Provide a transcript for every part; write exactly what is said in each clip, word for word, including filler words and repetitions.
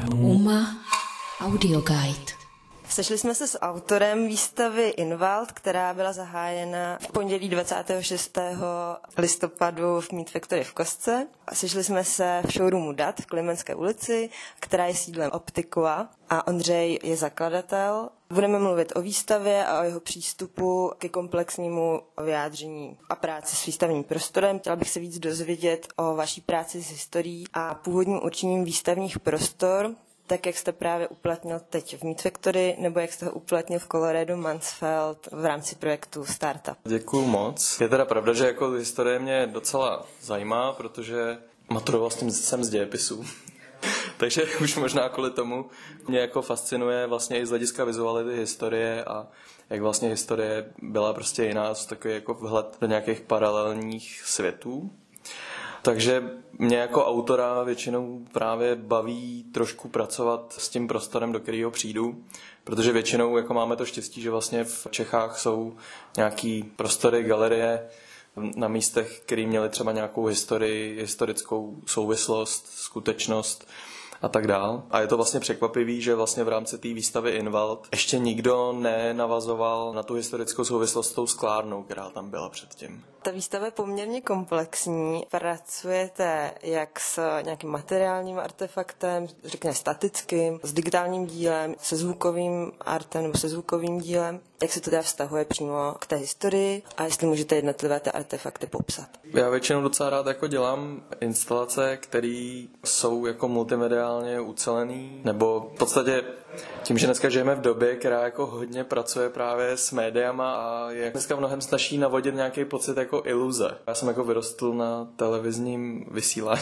Uma Audio Guide. Sešli jsme se s autorem výstavy Inwald, která byla zahájena v pondělí dvacátého šestého listopadu v Meat Factory v Kostce. Sešli jsme se v showroomu D A T v Klimenské ulici, která je sídlem Optikua, a Ondřej je zakladatel. Budeme mluvit o výstavě a o jeho přístupu ke komplexnímu vyjádření a práci s výstavním prostorem. Chtěla bych se víc dozvědět o vaší práci s historií a původním určením výstavních prostor, tak jak jste právě uplatnil teď v Meat Factory, nebo jak jste ho uplatnil v Colorado Mansfeld v rámci projektu Startup. Děkuju moc. Je teda pravda, že jako historie mě docela zajímá, protože maturoval s tím jsem z dějepisů. Takže už možná kvůli tomu mě jako fascinuje vlastně i z hlediska vizuality historie a jak vlastně historie byla prostě jiná, takový jako vhled do nějakých paralelních světů. Takže mě jako autora většinou právě baví trošku pracovat s tím prostorem, do kterého přijdu, protože většinou jako máme to štěstí, že vlastně v Čechách jsou nějaký prostory, galerie na místech, které měly třeba nějakou historii, historickou souvislost, skutečnost a tak dál. A je to vlastně překvapivý, že vlastně v rámci té výstavy Inwald ještě nikdo nenavazoval na tu historickou souvislost s tou sklárnou, která tam byla předtím. Ta výstava je poměrně komplexní. Pracujete jak s nějakým materiálním artefaktem, řekněme statickým, s digitálním dílem, se zvukovým artem nebo se zvukovým dílem. Jak se to teda vztahuje přímo k té historii a jestli můžete jednotlivé ty artefakty popsat? Já většinou docela rád jako dělám instalace, které jsou jako multimediálně ucelený, nebo v podstatě tím, že dneska žijeme v době, která jako hodně pracuje právě s médiama a je dneska mnohem snaží navodit nějaký pocit jako iluze. Já jsem jako vyrostl na televizním vysílání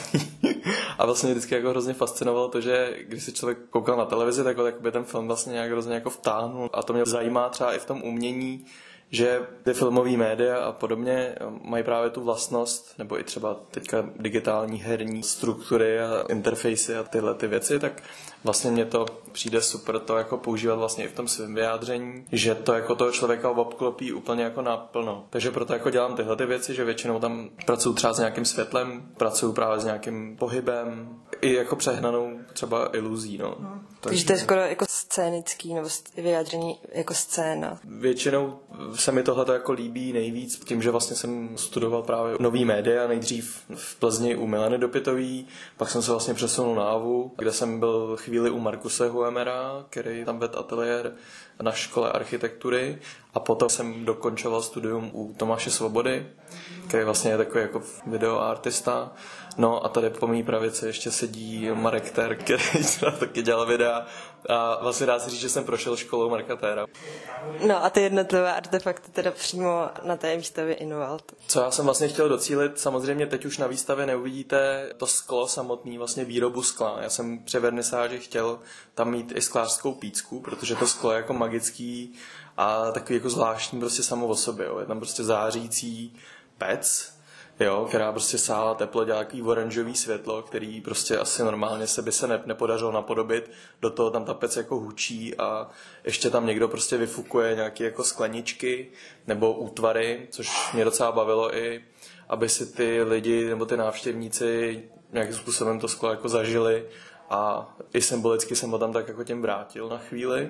a vlastně vždycky jako hrozně fascinovalo to, že když si člověk koukal na televizi, tak, tak by ten film vlastně nějak hrozně jako vtáhnul a to mě zajímá třeba i v tom umění, že ty filmové média a podobně mají právě tu vlastnost, nebo i třeba teďka digitální herní struktury a interfejsy a tyhle ty věci, tak vlastně mně to přijde super to jako používat vlastně i v tom svém vyjádření, že to jako toho člověka obklopí úplně jako naplno. Takže proto jako dělám tyhle ty věci, že většinou tam pracuju třeba s nějakým světlem, pracuju právě s nějakým pohybem, i jako přehnanou třeba iluzí, no. Hmm. Takže to je skoro jako scénický, nebo vyjádření jako scéna. Většinou se mi tohle jako líbí nejvíc tím, že vlastně jsem studoval právě nový média, nejdřív v Plzni u Mileny Dopitový, pak jsem se vlastně přesunul na Avu, kde jsem byl chvíli u Markuse Huemera, který tam vedl ateliér na škole architektury, a potom jsem dokončoval studium u Tomáše Svobody, který vlastně je takový jako videoartista. No a tady po mý pravici ještě sedí Marek Ter, který taky dělal videa a vlastně dá se říct, že jsem prošel školou Marka Tera. No a ty jednotlivé artefakty teda přímo na té výstavě Inwald. Co já jsem vlastně chtěl docílit, samozřejmě teď už na výstavě neuvidíte to sklo samotný, vlastně výrobu skla. Já jsem při vernisáži chtěl tam mít i sklářskou pícku, protože to sklo je jako magický a takový jako zvláštní prostě samo o sobě. Jo. Je tam prostě zářící pec, jo, která prostě sála teplo, dělá takový oranžový světlo, který prostě asi normálně se by se ne, nepodařilo napodobit. Do toho tam ta pec jako hučí a ještě tam někdo prostě vyfukuje nějaké jako skleničky nebo útvary, což mě docela bavilo i, aby si ty lidi nebo ty návštěvníci nějakým způsobem to sklo jako zažili a i symbolicky jsem ho tam tak jako tím vrátil na chvíli.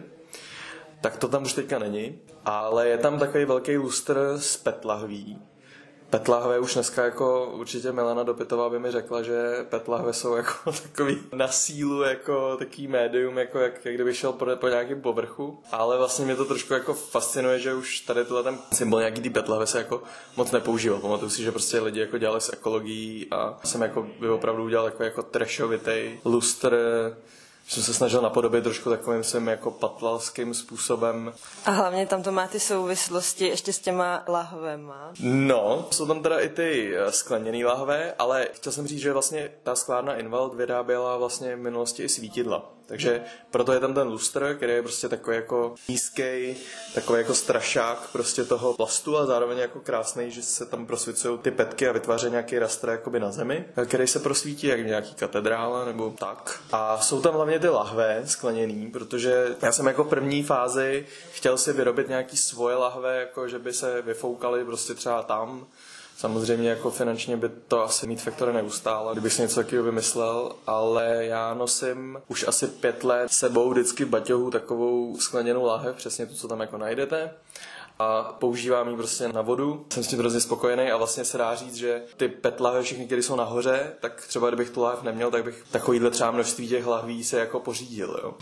Tak to tam už teďka není, ale je tam takový velký lustr z PET lahví. PET lahve už dneska jako určitě Milena Dopitová by mi řekla, že PET lahve jsou jako takový na sílu, jako takový médium, jako jak, jak kdyby šel po, po nějakém povrchu. Ale vlastně mě to trošku jako fascinuje, že už tady tohle ten symbol nějaký ty PET lahve se jako moc nepoužíval. Pamatuju si, že prostě lidi jako dělali s ekologií a jsem jako by opravdu udělal jako, jako trashovitej lustr. Jsem se snažil napodobit trošku takovým svým jako patlalským způsobem. A hlavně tam to má ty souvislosti ještě s těma lahvema. No, jsou tam teda i ty skleněný lahve, ale chtěl jsem říct, že vlastně ta sklárna Inwald vyráběla vlastně v minulosti i svítidla. Takže proto je tam ten lustr, který je prostě takový jako nízký, takový jako strašák prostě toho plastu a zároveň jako krásný, že se tam prosvicují ty petky a vytváří nějaký rastr jakoby na zemi, který se prosvítí jak nějaký katedrála nebo tak. A jsou tam hlavně ty lahve skleněný, protože já jsem jako první fázi chtěl si vyrobit nějaký svoje lahve, jako že by se vyfoukaly prostě třeba tam. Samozřejmě jako finančně by to asi Meat Factory neustálo, kdybych si něco takového vymyslel, ale já nosím už asi pět let sebou vždycky v baťohu takovou skleněnou láhev, přesně tu, co tam jako najdete. A používám ji prostě na vodu. Jsem s tím hrozně spokojený a vlastně se dá říct, že ty pet lahve všechny, které jsou nahoře, tak třeba kdybych tu láhev neměl, tak bych takovýhle třeba množství těch lahví se jako pořídil. Jo.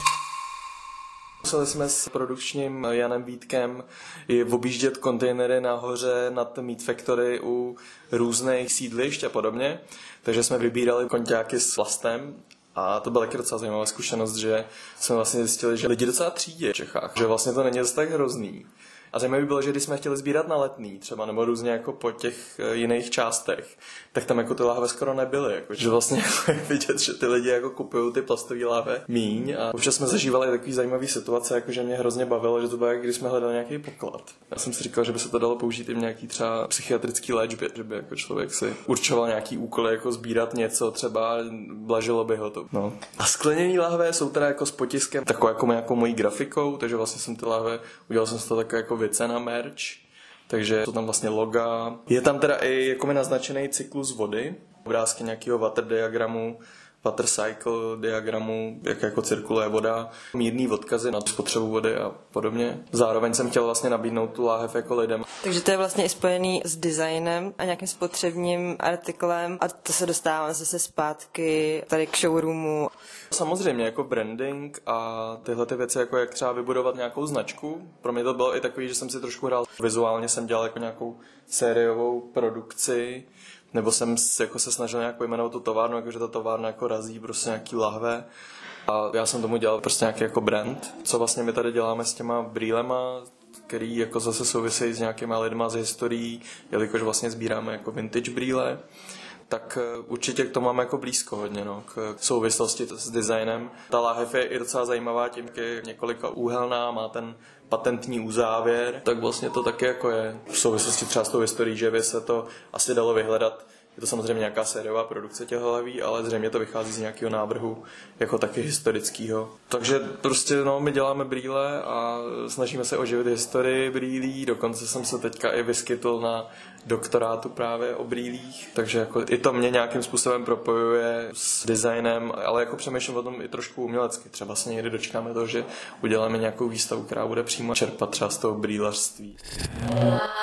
Museli jsme s produkčním Janem Vítkem i objíždět kontejnery nahoře nad Meat Factory u různých sídlišť a podobně. Takže jsme vybírali konťáky s plastem. A to byla taky docela zajímavá zkušenost, že jsme vlastně zjistili, že lidi docela třídí v Čechách, že vlastně to není zase tak hrozný. A zajímavé bylo, že když jsme chtěli sbírat na Letný třeba, nebo různě jako po těch jiných částech, tak tam jako ty láhve skoro nebyly. Jako, že vlastně je vidět, že ty lidi jako kupují ty plastové láhve míň. A občas jsme zažívali takový zajímavý situace, jako že mě hrozně bavilo, že to bylo, jak když jsme hledali nějaký poklad. Já jsem si říkal, že by se to dalo použít i v nějaký třeba psychiatrický léčbě, že by jako člověk si určoval nějaký úkoly, jako sbírat něco, třeba blažilo by ho to. No. A skleněné láhve jsou teda jako s potiskem, takovou jako nějakou mojí grafikou, takže vlastně jsem ty láhve, udělal jsem z toho takové jako věce na merch, takže jsou tam vlastně loga. Je tam teda i jako mi naznačený cyklus vody, obrázky nějakého water diagramu, water cycle diagramu, jak jako cirkuluje voda, mírný odkazy na spotřebu vody a podobně. Zároveň jsem chtěl vlastně nabídnout tu láhev jako lidem. Takže to je vlastně i spojený s designem a nějakým spotřebním artiklem a to se dostávám zase zpátky tady k showroomu. Samozřejmě jako branding a tyhle ty věci, jako jak třeba vybudovat nějakou značku. Pro mě to bylo i takový, že jsem si trošku hrál. Vizuálně jsem dělal jako nějakou sériovou produkci, nebo jsem jako se snažil nějak pojmenovat tu továrnu, jakože ta továrna jako razí prostě nějaký lahve. A já jsem tomu dělal prostě nějaký jako brand. Co vlastně my tady děláme s těma brýlema, který jako zase souvisejí s nějakýma lidma z historií, jelikož vlastně sbíráme jako vintage brýle. Tak určitě k tomu máme jako blízko hodně, no, k souvislosti s designem. Ta láhev je i docela zajímavá tím, že je několika úhelná, má ten patentní uzávěr, tak vlastně to taky jako je v souvislosti třeba s tou historií, že by se to asi dalo vyhledat. Je to samozřejmě nějaká sériová produkce těch lahví, ale zřejmě to vychází z nějakého návrhu jako taky historického. Takže prostě no, my děláme brýle a snažíme se oživit historii brýlí, dokonce jsem se teďka i vyskytl na doktorátu právě o brýlích, takže jako i to mě nějakým způsobem propojuje s designem, ale jako přemýšlím o tom i trošku umělecky. Třeba se někdy dočkáme toho, že uděláme nějakou výstavu, která bude přímo čerpat třeba z toho brýlařství.